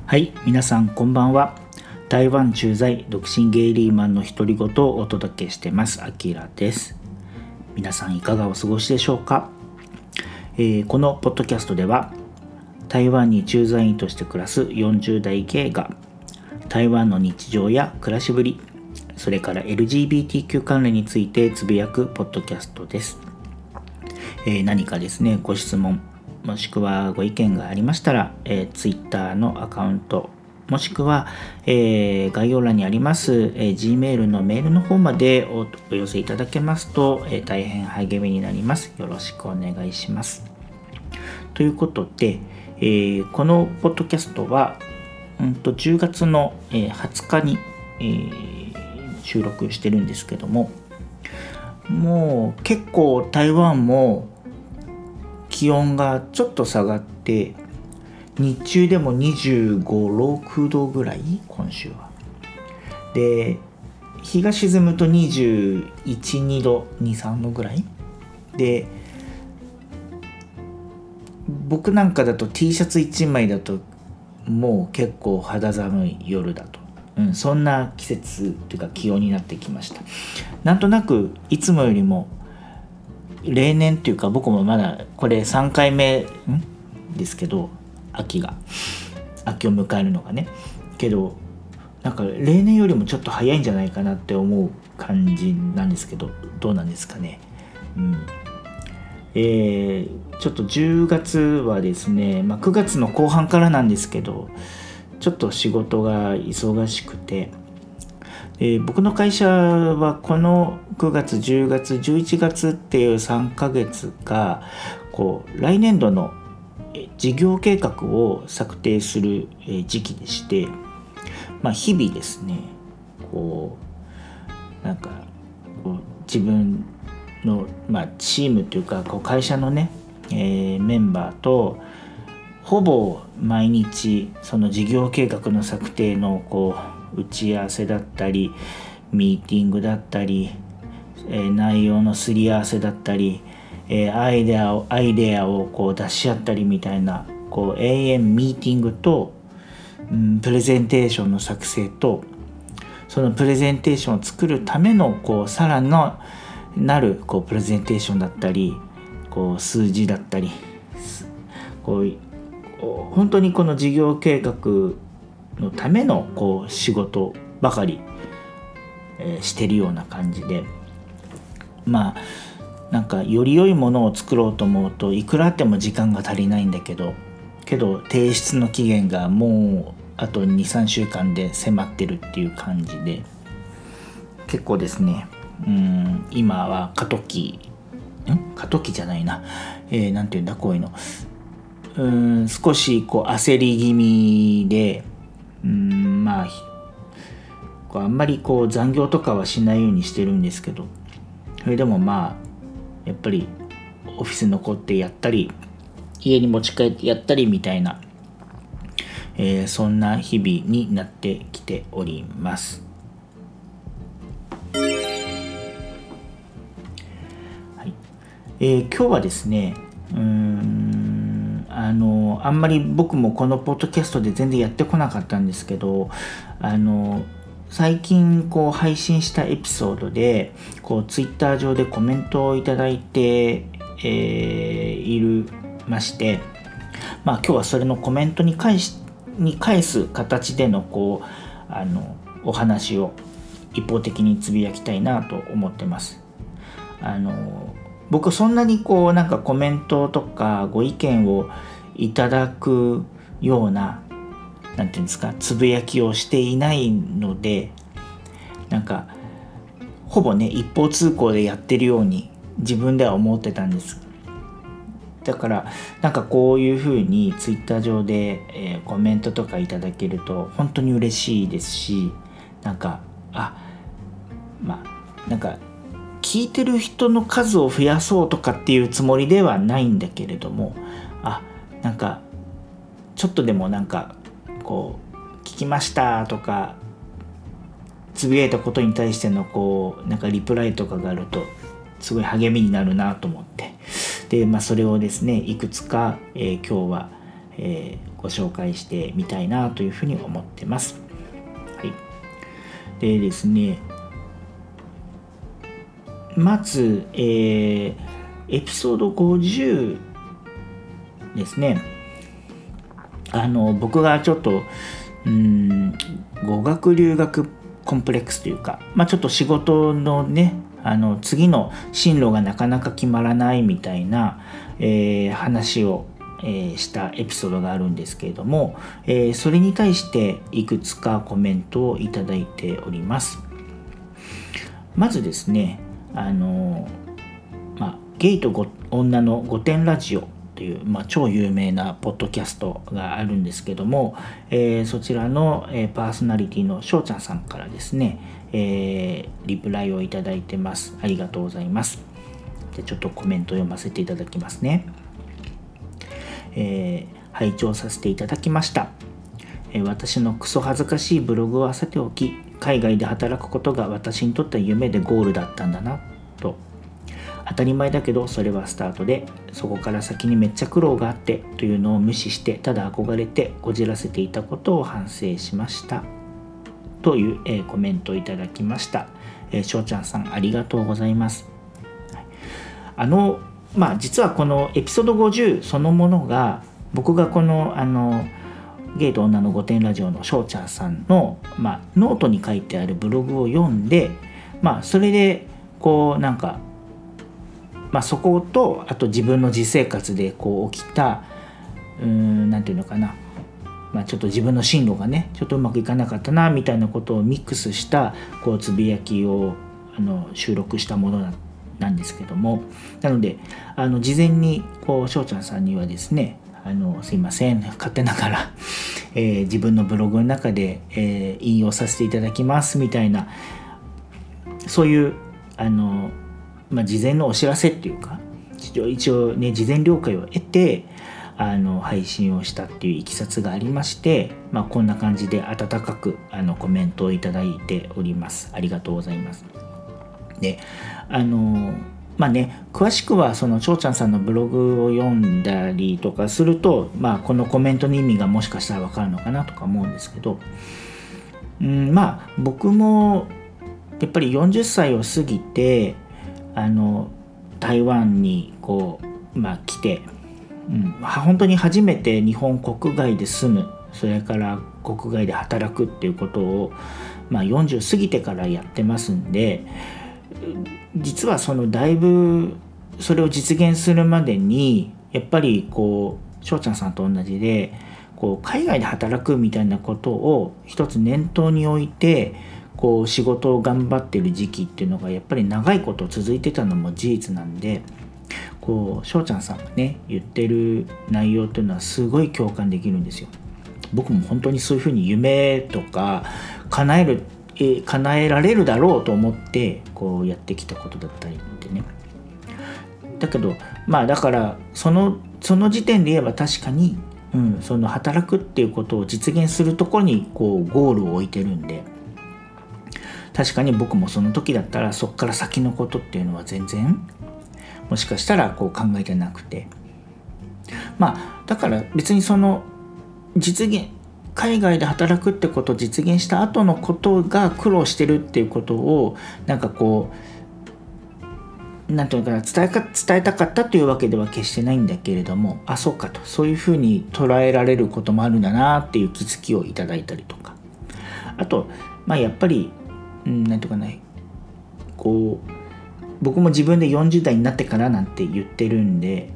はい、皆さんこんばんは。台湾駐在独身ゲイリーマンの独り言をお届けしてます。あきらです。皆さんいかがお過ごしでしょうか。このポッドキャストでは台湾に駐在員として暮らす40代ゲイが台湾の日常や暮らしぶり、それから LGBTQ 関連についてつぶやくポッドキャストです。何かですね、ご質問もしくはご意見がありましたら、Twitter のアカウントもしくは、概要欄にあります、Gmail のメールの方までお寄せいただけますと、大変励みになります。よろしくお願いします。ということで、このポッドキャストは、10月の、20日に、収録してるんですけども、もう結構台湾も気温がちょっと下がって日中でも25、6度ぐらい、今週は。で、日が沈むと21、2度、2、3度ぐらいで、僕なんかだと T シャツ1枚だともう結構肌寒い夜だと、そんな季節というか気温になってきました。なんとなくいつもよりも例年というか、僕もまだこれ3回目ですけど、秋を迎えるのがね、けどなんか例年よりもちょっと早いんじゃないかなって思う感じなんですけど、どうなんですかね。ちょっと10月はですね、9月の後半からなんですけど、ちょっと仕事が忙しくて、僕の会社はこの9月、10月、11月っていう3ヶ月が来年度の事業計画を策定する時期でして、日々ですね、自分の、チームというか会社のね、メンバーとほぼ毎日その事業計画の策定の打ち合わせだったりミーティングだったり、内容のすり合わせだったり、アイデアを出し合ったりみたいな永遠ミーティングと、プレゼンテーションの作成と、そのプレゼンテーションを作るためのさらなるプレゼンテーションだったり数字だったり、本当にこの事業計画のための仕事ばかり、してるような感じで、なんかより良いものを作ろうと思うといくらあっても時間が足りないんだけど提出の期限がもうあと 2,3 週間で迫ってるっていう感じで、結構ですね、今は過渡期じゃないな、なんていうんだこういうの、少し焦り気味で、あんまり残業とかはしないようにしてるんですけど、それでもやっぱりオフィスに残ってやったり家に持ち帰ってやったりみたいな、そんな日々になってきております。はい。今日はですね、あんまり僕もこのポッドキャストで全然やってこなかったんですけど、最近配信したエピソードでツイッター上でコメントをいただいて、まして、今日はそれのコメントに返す形でのお話を一方的につぶやきたいなと思ってます。僕そんなになんかコメントとかご意見をいただくようななんていうんですか、つぶやきをしていないので、なんかほぼね一方通行でやってるように自分では思ってたんです。だからなんかこういう風にツイッター上で、コメントとかいただけると本当に嬉しいですし、なんかなんか聞いてる人の数を増やそうとかっていうつもりではないんだけれども、なんかちょっとでもなんか聞きましたとかつぶやいたことに対してのなんかリプライとかがあるとすごい励みになるなと思って、で、それをですねいくつか、今日は、 ご紹介してみたいなというふうに思ってます。はい、でですね、まず、エピソード50ですね。僕がちょっと語学留学コンプレックスというか、ちょっと仕事のね次の進路がなかなか決まらないみたいな、話を、したエピソードがあるんですけれども、それに対していくつかコメントをいただいております。まずですね、ゲイと女の御殿ラジオという、超有名なポッドキャストがあるんですけども、そちらの、パーソナリティのしょうちゃんさんからですね、リプライをいただいてます。ありがとうございます。でちょっとコメント読ませていただきますね。拝聴させていただきました。私のクソ恥ずかしいブログはさておき、海外で働くことが私にとっては夢でゴールだったんだなと。当たり前だけどそれはスタートで、そこから先にめっちゃ苦労があってというのを無視して、ただ憧れてこじらせていたことを反省しましたという、コメントをいただきました。しょうちゃんさんありがとうございます。実はこのエピソード50そのものが、僕がこのゲイと女の御殿ラジオのしょうちゃんさんの、ノートに書いてあるブログを読んで、それでこうなんか、そこと、あと自分の実生活でこう起きたなんていうのかな、ちょっと自分の進路がねちょっとうまくいかなかったなみたいなことをミックスしたこうつぶやきを収録したものなんですけども、なので事前にこうしょうちゃんさんにはですね、すいません勝手ながら、自分のブログの中で、引用させていただきますみたいな、そういう事前のお知らせっていうか、一応ね事前了解を得て配信をしたっていういきさつがありまして、こんな感じで温かくコメントをいただいております。ありがとうございます。で詳しくはそのしょうちゃんさんのブログを読んだりとかすると、このコメントの意味がもしかしたら分かるのかなとか思うんですけど、僕もやっぱり40歳を過ぎて台湾にこう、来て、本当に初めて日本国外で住む、それから国外で働くっていうことを、40過ぎてからやってますんで、実はだいぶそれを実現するまでにやっぱりこうしょうちゃんさんと同じでこう海外で働くみたいなことを一つ念頭に置いてこう仕事を頑張ってる時期っていうのがやっぱり長いこと続いてたのも事実なんで、こうしょうちゃんさんがね言ってる内容っていうのはすごい共感できるんですよ。僕も本当にそういうふうに夢とか叶えられるだろうと思ってこうやってきたことだったりってね。だけどだからその時点で言えば確かに、その働くっていうことを実現するところにこうゴールを置いてるんで、確かに僕もその時だったらそこから先のことっていうのは全然もしかしたらこう考えてなくて、だから別にその実現海外で働くってことを実現した後のことが苦労してるっていうことをなんかこうなんていうのかな、伝えたかったというわけでは決してないんだけれども、そうかと、そういうふうに捉えられることもあるんだなっていう気づきをいただいたりとか、あとやっぱりなんていうかな、こう僕も自分で40代になってからなんて言ってるんで、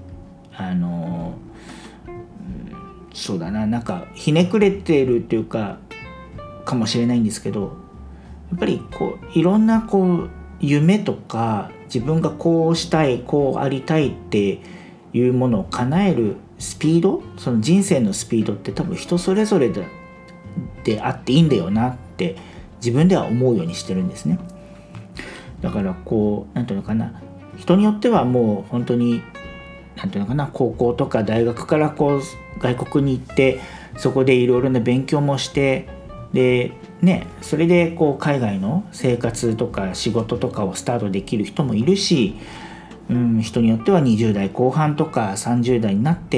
そうだな、なんかひねくれてるっていうかもしれないんですけど、やっぱりこういろんなこう夢とか自分がこうしたいこうありたいっていうものを叶えるスピード、その人生のスピードって多分人それぞれであっていいんだよなって自分では思うようにしてるんですね。だからこうなんていうのかな、人によってはもう本当になんていうのかな、高校とか大学からこう外国に行ってそこでいろいろな勉強もしてでね、それでこう海外の生活とか仕事とかをスタートできる人もいるし、人によっては20代後半とか30代になって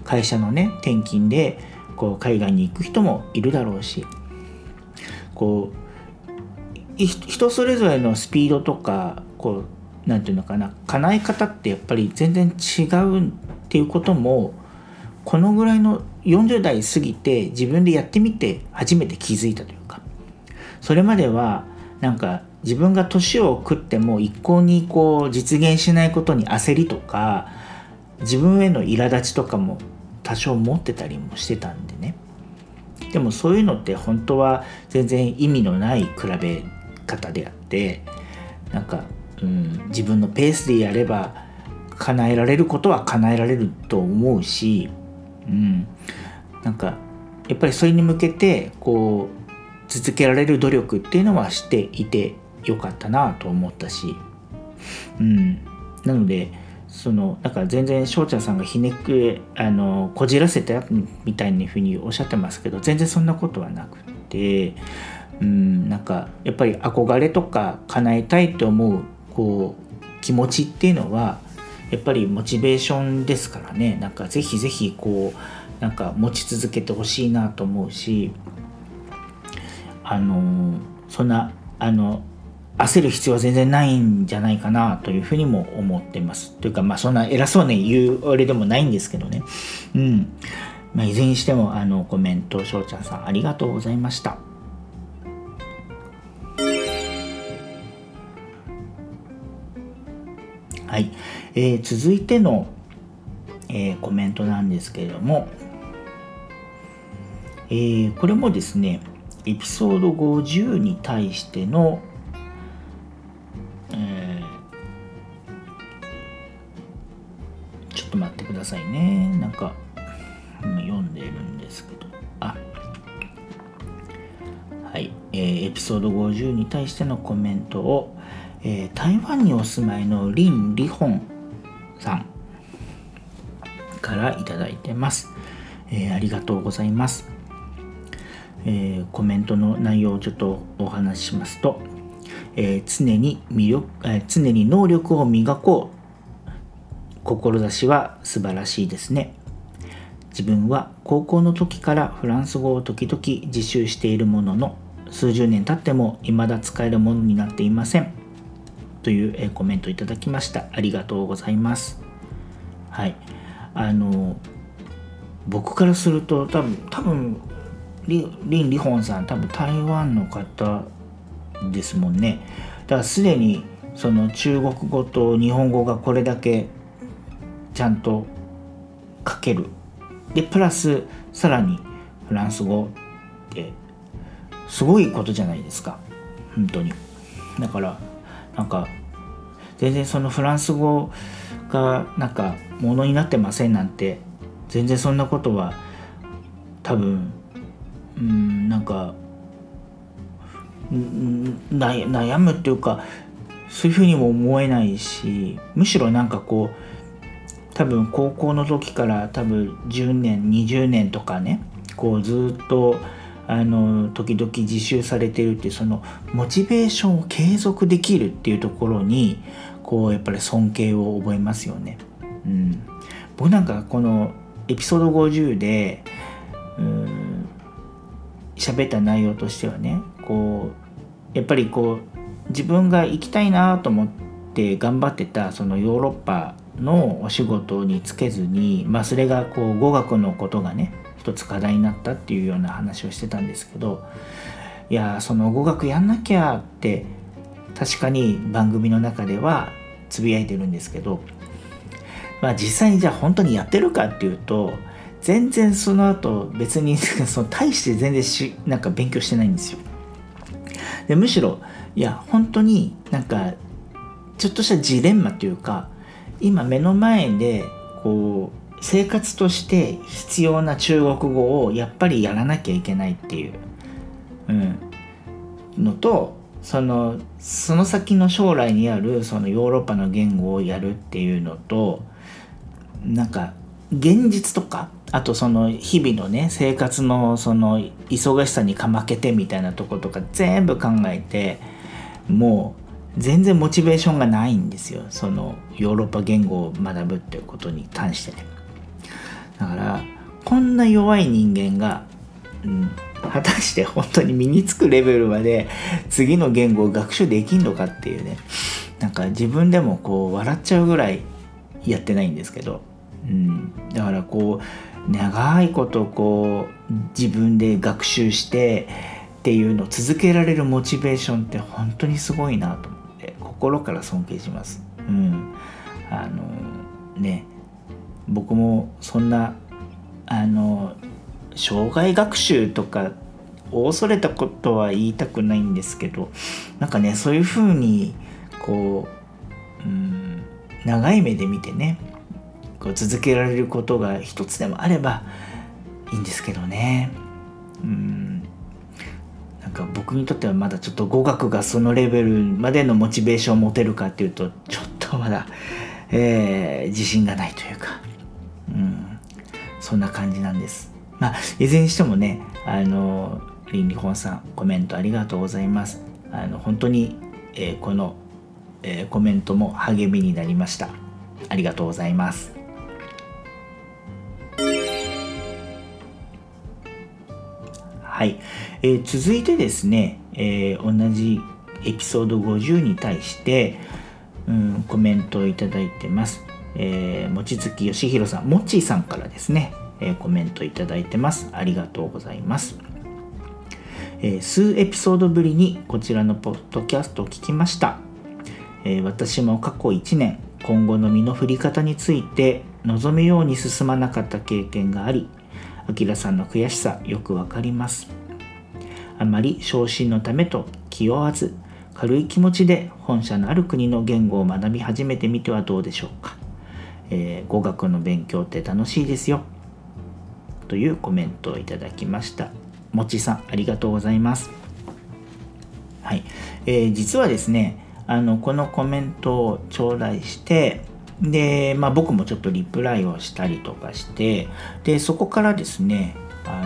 会社のね転勤でこう海外に行く人もいるだろうし、こう人それぞれのスピードとかこうなんていうのかな、叶え方ってやっぱり全然違うっていうことも、このぐらいの40代過ぎて自分でやってみて初めて気づいたというか、それまではなんか自分が年を食っても一向にこう実現しないことに焦りとか、自分への苛立ちとかも多少持ってたりもしてたんでね。でもそういうのって本当は全然意味のない比べ方であって、なんか、自分のペースでやれば叶えられることは叶えられると思うし、なんかやっぱりそれに向けてこう続けられる努力っていうのはしていてよかったなと思ったし、なのでなんか全然翔ちゃんさんがひねくこじらせたみたいなふうにおっしゃってますけど、全然そんなことはなくて、なんかやっぱり憧れとか叶えたいと思うこう気持ちっていうのはやっぱりモチベーションですからね。なんかぜひぜひこうなんか持ち続けてほしいなと思うし、そんな焦る必要は全然ないんじゃないかなというふうにも思ってます。というかそんな偉そうに言うあれでもないんですけどね。いずれにしてもコメント翔ちゃんさんありがとうございました。はい、続いての、コメントなんですけれども、これもですねエピソード50に対しての、ちょっと待ってくださいね。なんか今読んでるんですけど、はい、エピソード50に対してのコメントを、台湾にお住まいのリン・リホンさんからいただいてます。ありがとうございます。コメントの内容をちょっとお話ししますと、常に能力を磨こう、志は素晴らしいですね。自分は高校の時からフランス語を時々自習しているものの、数十年経っても未だ使えるものになっていませんというコメントをいただきました。ありがとうございます。はい、僕からすると多分リン・リホンさん多分台湾の方ですもんね。だからすでにその中国語と日本語がこれだけちゃんと書ける。でプラスさらにフランス語ってすごいことじゃないですか。本当に。だからなんか全然そのフランス語がなんかものになってませんなんて全然そんなことは多分なんか悩むっていうかそういうふうにも思えないし、むしろなんかこう多分高校の時から多分10年20年とかねこうずっと時々自習されてるっていうそのモチベーションを継続できるっていうところにこうやっぱり尊敬を覚えますよね。僕なんかこのエピソード50で喋った内容としてはね、こうやっぱりこう自分が行きたいなと思って頑張ってたそのヨーロッパのお仕事に就けずに、それがこう語学のことがね一つ課題になったっていうような話をしてたんですけど、いやその語学やんなきゃって確かに番組の中ではつぶやいてるんですけど、実際にじゃあ本当にやってるかっていうと全然その後別にその大して全然なんか勉強してないんですよ。でむしろいや本当になんかちょっとしたジレンマというか、今目の前でこう生活として必要な中国語をやっぱりやらなきゃいけないっていう、のとその先の将来にあるそのヨーロッパの言語をやるっていうのと、なんか現実とかあとその日々のね生活のその忙しさにかまけてみたいなとことか全部考えてもう全然モチベーションがないんですよ、そのヨーロッパ言語を学ぶっていうことに関してね。 だからこんな弱い人間が、果たして本当に身につくレベルまで次の言語を学習できんのかっていうね、なんか自分でもこう笑っちゃうぐらいやってないんですけど、だからこう長いことこう自分で学習してっていうのを続けられるモチベーションって本当にすごいなと思って心から尊敬します。僕もそんな障害学習とか恐れたことは言いたくないんですけど、なんかねそういうふうにこう、長い目で見てねこう続けられることが一つでもあればいいんですけどね。なんか僕にとってはまだちょっと語学がそのレベルまでのモチベーションを持てるかっていうとちょっとまだ、自信がないというか、そんな感じなんです。いずれにしてもねリンリホンさんコメントありがとうございます。本当に、この、コメントも励みになりました。ありがとうございます。はい、続いてですね、同じエピソード50に対して、コメントをいただいてます。望月義弘さん、もっちーさんからですね、コメントいただいてます。ありがとうございます。数エピソードぶりにこちらのポッドキャストを聞きました。私も過去1年今後の身の振り方について望むように進まなかった経験があり、あきらさんの悔しさよくわかります。あまり昇進のためと気負わず軽い気持ちで本社のある国の言語を学び始めてみてはどうでしょうか。語学の勉強って楽しいですよというコメントをいただきました。もちさんありがとうございます。はい、実はですねこのコメントを頂戴してで、僕もちょっとリプライをしたりとかしてでそこからですね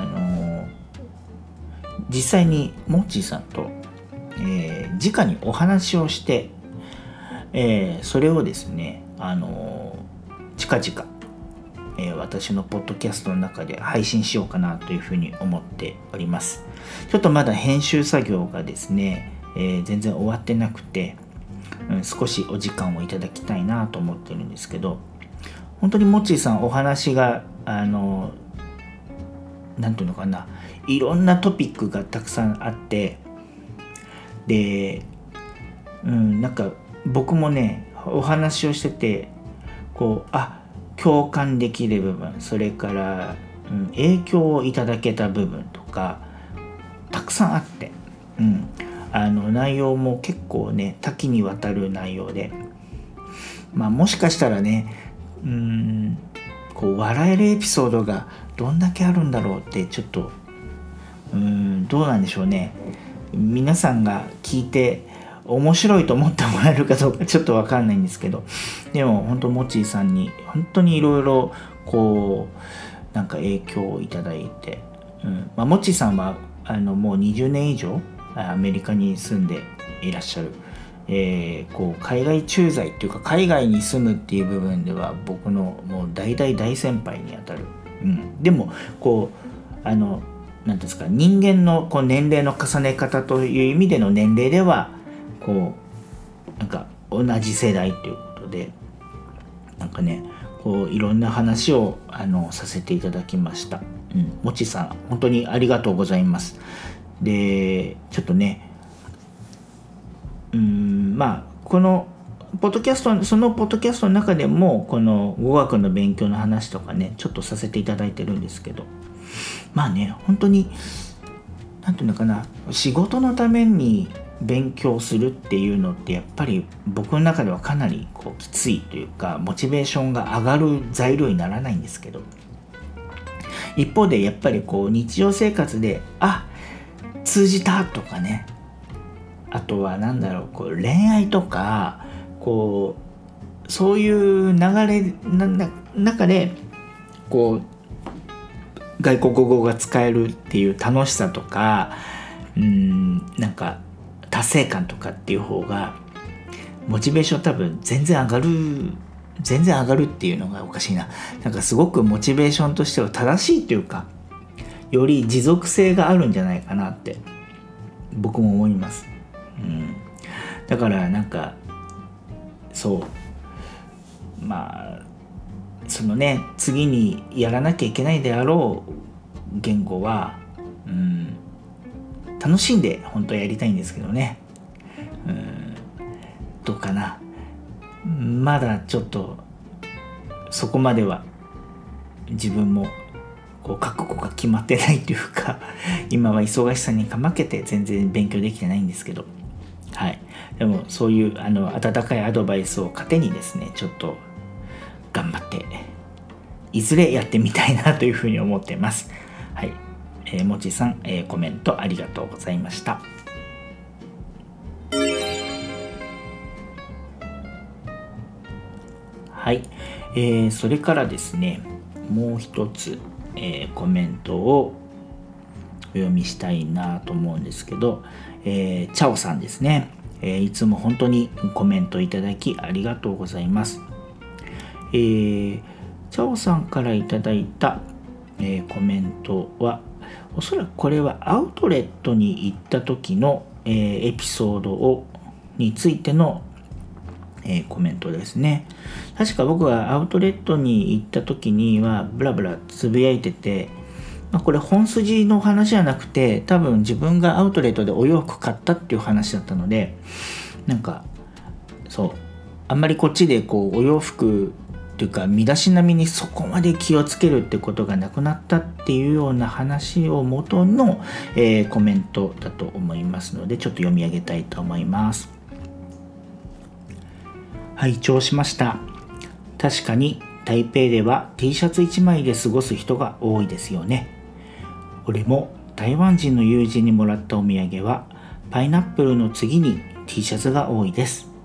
実際にモッチーさんと、直にお話をして、それをですね近々、私のポッドキャストの中で配信しようかなというふうに思っております。ちょっとまだ編集作業がですね、全然終わってなくて、少しお時間をいただきたいなと思ってるんですけど、本当にモッチーさんお話がなんていうのかな、いろんなトピックがたくさんあってで、なんか僕もねお話をしててこう共感できる部分、それから、影響をいただけた部分とかたくさんあって、内容も結構ね多岐にわたる内容で、もしかしたらねこう笑えるエピソードがどんだけあるんだろうってちょっとどうなんでしょうね。皆さんが聞いて面白いと思ってもらえるかどうかちょっと分かんないんですけど、でも本当モッチーさんに本当にいろいろこうなんか影響をいただいて、モッチーさんはもう20年以上アメリカに住んでいらっしゃる、こう海外駐在っていうか海外に住むっていう部分では僕のもう大先輩にあたる、でもこうなんですか、人間のこう年齢の重ね方という意味での年齢ではこうなんか同じ世代ということでなんかねこういろんな話をさせていただきました。もちさん本当にありがとうございます。でちょっとねこのポッドキャストそのポッドキャストの中でもこの語学の勉強の話とかねちょっとさせていただいてるんですけど、本当になんていうのかな、仕事のために勉強するっていうのってやっぱり僕の中ではかなりこうきついというかモチベーションが上がる材料にならないんですけど、一方でやっぱりこう日常生活で通じたとかね、あとはこう恋愛とかこうそういう流れの中でこう外国語が使えるっていう楽しさとかなんか達成感とかっていう方がモチベーション多分全然上がるん全然上がるっていうのがおかしいな。なんかすごくモチベーションとしては正しいというか、より持続性があるんじゃないかなって僕も思います。だからなんかそのね、次にやらなきゃいけないであろう言語は、楽しんで本当はやりたいんですけどね。どうかな。まだちょっとそこまでは自分も覚悟が決まってないというか、今は忙しさにかまけて全然勉強できてないんですけど、はい。でもそういう温かいアドバイスを糧にですね、ちょっと頑張っていずれやってみたいなというふうに思ってます。はい。もちさん、コメントありがとうございました。はい。それからですね、もう一つ、コメントをお読みしたいなと思うんですけど、チャオさんですね。いつも本当にコメントいただきありがとうございます。チャオさんからいただいた、コメントは、おそらくこれはアウトレットに行った時の、エピソードについての、コメントですね。確か僕はアウトレットに行った時にはブラブラつぶやいてて、これ本筋の話じゃなくて、多分自分がアウトレットでお洋服買ったっていう話だったので、なんかあんまりこっちでお洋服というか身だしなみにそこまで気をつけるってことがなくなったっていうような話を元の、コメントだと思いますので、ちょっと読み上げたいと思います。拝聴しました。確かに台北では T シャツ1枚で過ごす人が多いですよね。俺も台湾人の友人にもらったお土産はパイナップルの次に T シャツが多いです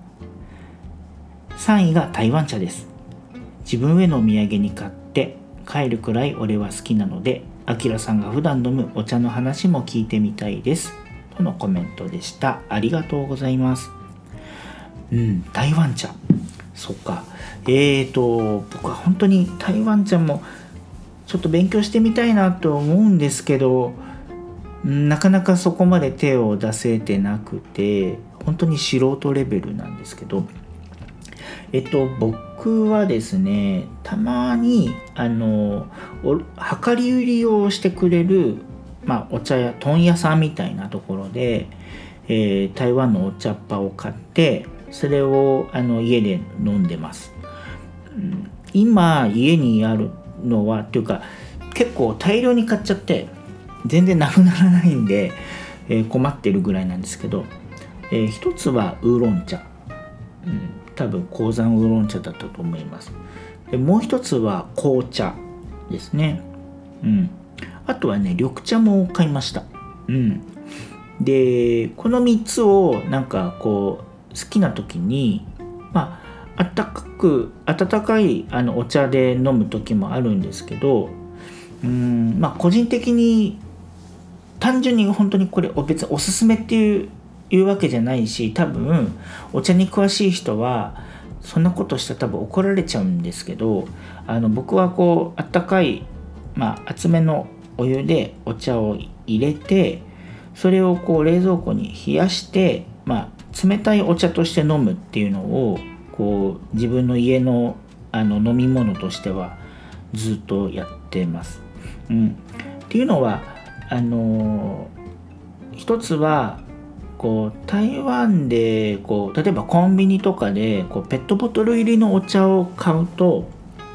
。3位が台湾茶です。自分へのお土産に買って帰るくらい俺は好きなので、あきらさんが普段飲むお茶の話も聞いてみたいです。とのコメントでした。ありがとうございます。台湾茶。そっか。僕は本当に台湾茶もちょっと勉強してみたいなと思うんですけど、なかなかそこまで手を出せてなくて、本当に素人レベルなんですけど、僕はですね、たまに量り売りをしてくれる、お茶屋問屋さんみたいなところで、台湾のお茶っ葉を買ってそれを家で飲んでます。今家にあるのはというか結構大量に買っちゃって全然なくならないんで、困ってるぐらいなんですけど、一つはウーロン茶、多分鉱山ウーロン茶だったと思います。もう一つは紅茶ですね。あとはね緑茶も買いました。でこの3つをなんか好きな時に温かいお茶で飲む時もあるんですけど、個人的に単純に本当にこれ別におすすめっていうわけじゃないし、多分お茶に詳しい人はそんなことしたら多分怒られちゃうんですけど、僕は温かい、熱めのお湯でお茶を入れて、それを冷蔵庫に冷やして、冷たいお茶として飲むっていうのを自分の家の飲み物としてはずっとやってます。っていうのは一つは台湾で例えばコンビニとかでペットボトル入りのお茶を買うと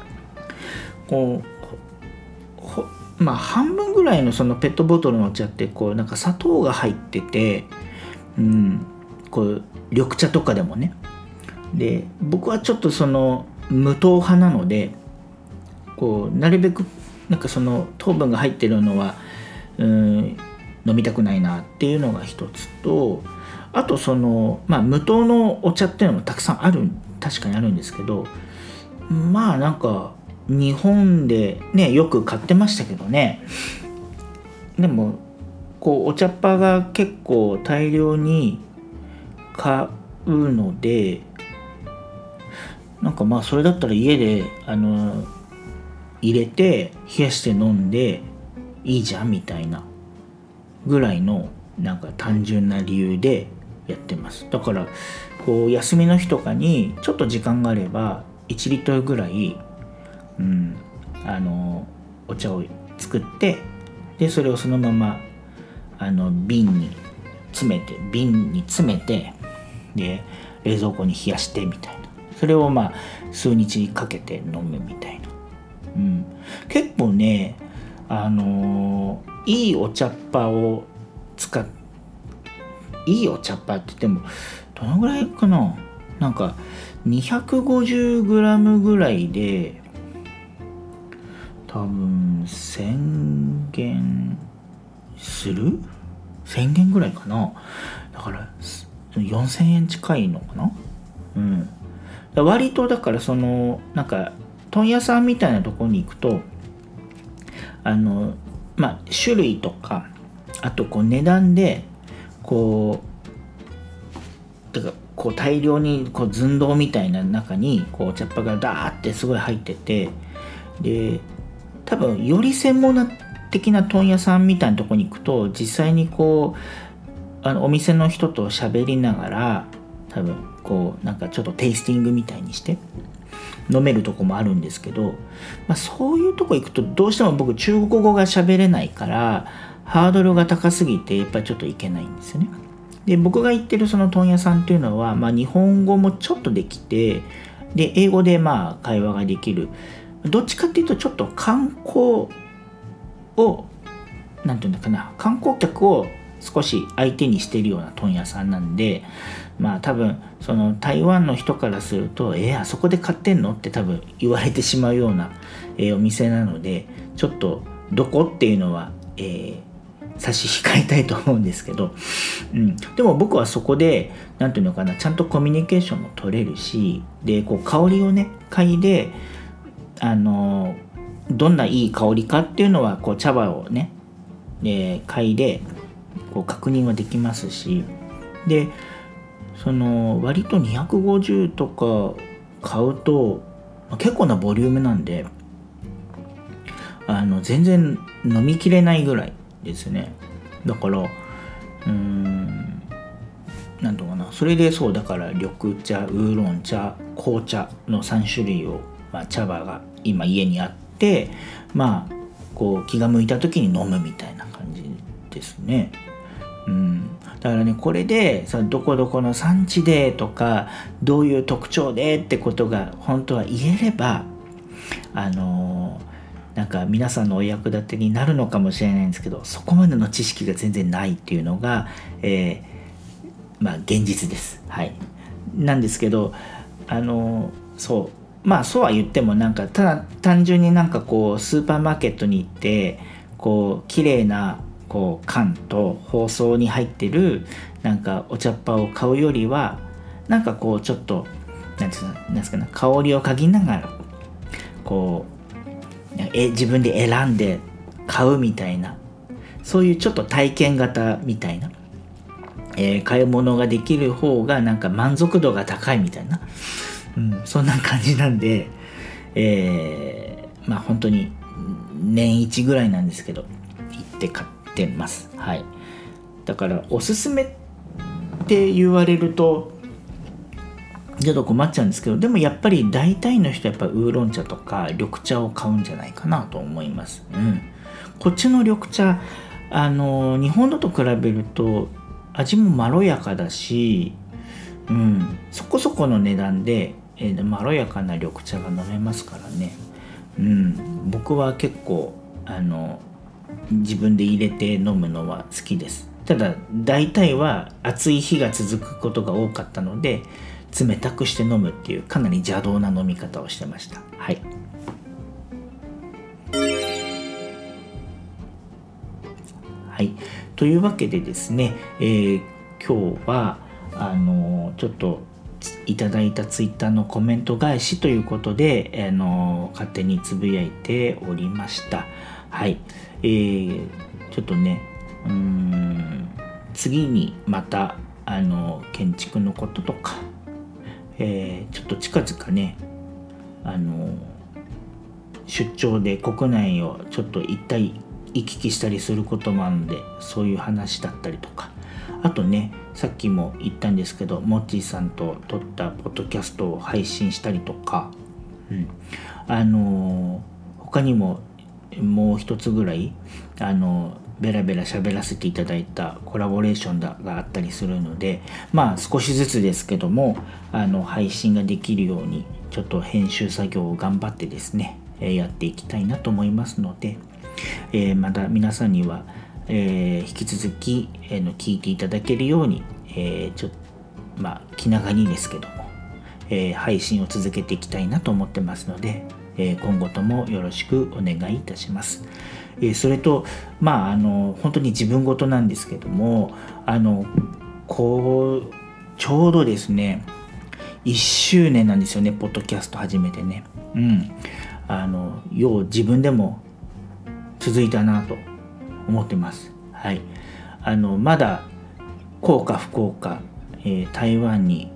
半分ぐらいのそのペットボトルのお茶ってなんか砂糖が入ってて、緑茶とかでもね。で僕はちょっとその無糖派なのでなるべくなんかその糖分が入ってるのは飲みたくないなっていうのが一つと、あとその無糖のお茶っていうのもたくさん確かにあるんですけど、なんか日本でねよく買ってましたけどね。でもお茶っ葉が結構大量に買うので、 なんかまあそれだったら家で入れて冷やして飲んでいいじゃんみたいなぐらいのなんか単純な理由でやってます。だからこう休みの日とかにちょっと時間があれば1リットルぐらい、お茶を作って、でそれをそのまま瓶に詰めてで冷蔵庫に冷やしてみたいな、それをまあ数日かけて飲むみたいな、結構ねいいお茶っ葉をいいお茶っ葉って言ってもどのぐらいかな、なんか 250g ぐらいで多分1000元ぐらいかな。だから4000円近いのかな。割とだからそのなんか問屋さんみたいなところに行くと種類とかあとこう値段でこう大量にこう寸胴みたいな中にこうお茶っ葉がダーってすごい入ってて、で多分より専門的な問屋さんみたいなところに行くと実際にこうお店の人と喋りながら多分こうなんかちょっとテイスティングみたいにして飲めるとこもあるんですけど、そういうとこ行くとどうしても僕中国語が喋れないからハードルが高すぎてやっぱりちょっといけないんですよね。で僕が行ってるその問屋さんっていうのは、日本語もちょっとできて、で英語で会話ができる、どっちかっていうとちょっと観光をなんていうのかな、観光客を少し相手にしているような問屋さんなんで、多分その台湾の人からするとあそこで買ってんのって多分言われてしまうような、お店なのでちょっとどこっていうのは、差し控えたいと思うんですけど、でも僕はそこでなんていうのかな、ちゃんとコミュニケーションも取れるし、でこう香りをね嗅いでどんないい香りかっていうのはこう茶葉をね嗅いでこう確認はできますし、でその割と250とか買うと結構なボリュームなんで全然飲みきれないぐらいですね。だからなんとかな、それでそうだから緑茶、ウーロン茶、紅茶の3種類を、茶葉が今家にあってこう気が向いた時に飲むみたいな感じですね。だからねこれでどこどこの産地でとかどういう特徴でってことが本当は言えればなんか皆さんのお役立てになるのかもしれないんですけど、そこまでの知識が全然ないっていうのが、現実です。なんですけどそうは言ってもなんかただ単純になんかこうスーパーマーケットに行ってこう綺麗なこう缶と包装に入ってるなんかお茶っ葉を買うよりはなんかこうちょっとなんですかね、香りを嗅ぎながらこう自分で選んで買うみたいな、そういうちょっと体験型みたいな、買い物ができる方がなんか満足度が高いみたいな、そんな感じなんで、本当に年1ぐらいなんですけど行って買ってます。だからおすすめって言われるとちょっと困っちゃうんですけど、でもやっぱり大体の人はやっぱウーロン茶とか緑茶を買うんじゃないかなと思います。こっちの緑茶日本のと比べると味もまろやかだし、そこそこの値段で、まろやかな緑茶が飲めますからね。僕は結構自分で入れて飲むのは好きです。ただ大体は暑い日が続くことが多かったので冷たくして飲むっていうかなり邪道な飲み方をしてました。というわけでですね、今日はちょっといただいたツイッターのコメント返しということで、勝手につぶやいておりました。ちょっとね次にまた建築のこととか、ちょっと近々ね出張で国内をちょっと行き来したりすることもあるので、そういう話だったりとか、あとね、さっきも言ったんですけど、モッチーさんと撮ったポッドキャストを配信したりとか、他にももう一つぐらいベラベラ喋らせていただいたコラボレーションがあったりするので、少しずつですけども配信ができるようにちょっと編集作業を頑張ってですね、やっていきたいなと思いますので、また皆さんには、引き続き、聞いていただけるように、気長にですけども、配信を続けていきたいなと思ってますので、今後ともよろしくお願いいたします。それと本当に自分事なんですけども、ちょうどですね1周年なんですよね、ポッドキャスト始めてね。よう自分でも続いたなと思ってます。はい。まだ幸か不幸か、台湾に、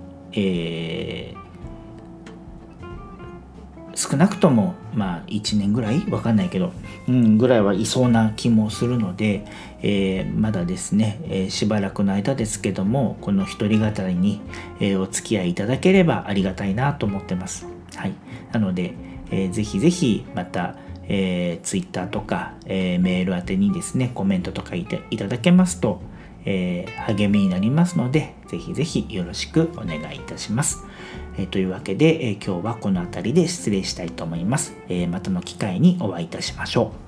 少なくとも1年ぐらいわかんないけど、ぐらいはいそうな気もするので、まだですね、しばらくの間ですけども、この一人語りに、お付き合いいただければありがたいなと思ってます。はい。なので、ぜひぜひまた、Twitter とか、メール宛てにですねコメントとかいただけますと、励みになりますので、ぜひぜひよろしくお願いいたします。というわけで、今日はこの辺りで失礼したいと思います。またの機会にお会いいたしましょう。